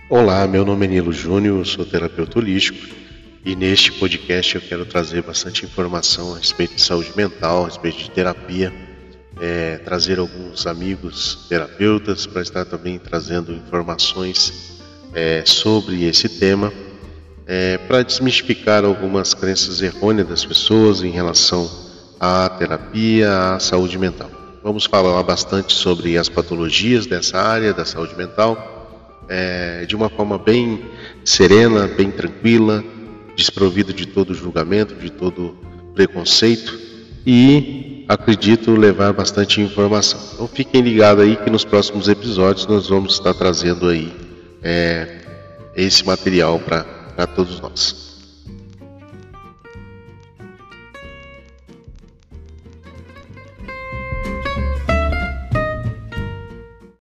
Olá, meu nome é Nilo Júnior, eu sou terapeuta holístico e neste podcast eu quero trazer bastante informação a respeito de saúde mental, a respeito de terapia, trazer alguns amigos terapeutas para estar também trazendo informações sobre esse tema, para desmistificar algumas crenças errôneas das pessoas em relação à terapia, à saúde mental. Vamos falar bastante sobre as patologias dessa área da saúde mental, de uma forma bem serena, bem tranquila, desprovida de todo julgamento, de todo preconceito e acredito levar bastante informação. Então fiquem ligados aí que nos próximos episódios nós vamos estar trazendo aí esse material para todos nós.